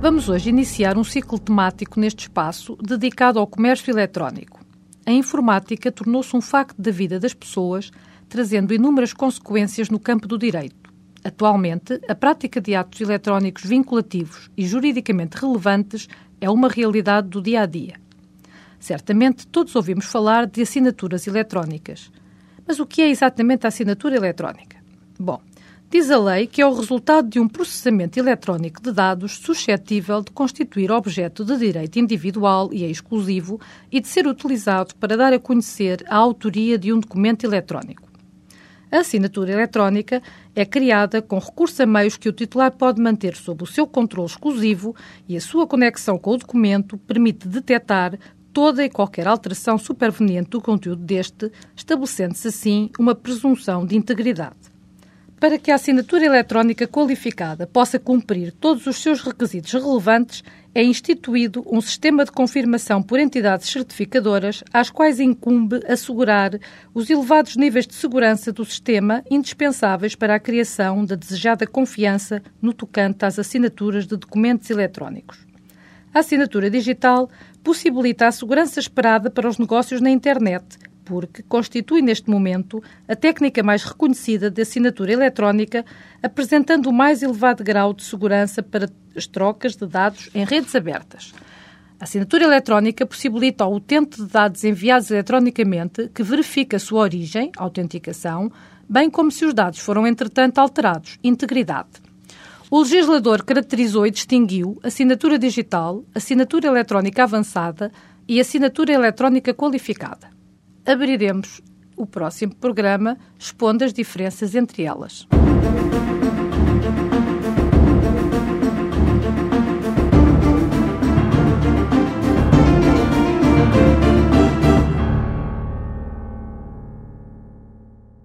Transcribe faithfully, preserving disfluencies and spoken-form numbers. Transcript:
Vamos hoje iniciar um ciclo temático neste espaço dedicado ao comércio eletrónico. A informática tornou-se um facto da vida das pessoas, trazendo inúmeras consequências no campo do direito. Atualmente, a prática de atos eletrónicos vinculativos e juridicamente relevantes é uma realidade do dia-a-dia. Certamente todos ouvimos falar de assinaturas eletrónicas. Mas o que é exatamente a assinatura eletrónica? Bom, diz a lei que é o resultado de um processamento eletrónico de dados suscetível de constituir objeto de direito individual e exclusivo e de ser utilizado para dar a conhecer a autoria de um documento eletrónico. A assinatura eletrónica é criada com recurso a meios que o titular pode manter sob o seu controle exclusivo e a sua conexão com o documento permite detectar toda e qualquer alteração superveniente do conteúdo deste, estabelecendo-se assim uma presunção de integridade. Para que a assinatura eletrónica qualificada possa cumprir todos os seus requisitos relevantes, é instituído um sistema de confirmação por entidades certificadoras, às quais incumbe assegurar os elevados níveis de segurança do sistema indispensáveis para a criação da desejada confiança no tocante às assinaturas de documentos eletrónicos. A assinatura digital possibilita a segurança esperada para os negócios na internet, porque constitui neste momento a técnica mais reconhecida de assinatura eletrónica, apresentando o mais elevado grau de segurança para as trocas de dados em redes abertas. A assinatura eletrónica possibilita ao utente de dados enviados eletronicamente que verifique a sua origem, autenticação, bem como se os dados foram entretanto alterados, integridade. O legislador caracterizou e distinguiu assinatura digital, assinatura eletrónica avançada e assinatura eletrónica qualificada. Abriremos o próximo programa expondo as diferenças entre elas.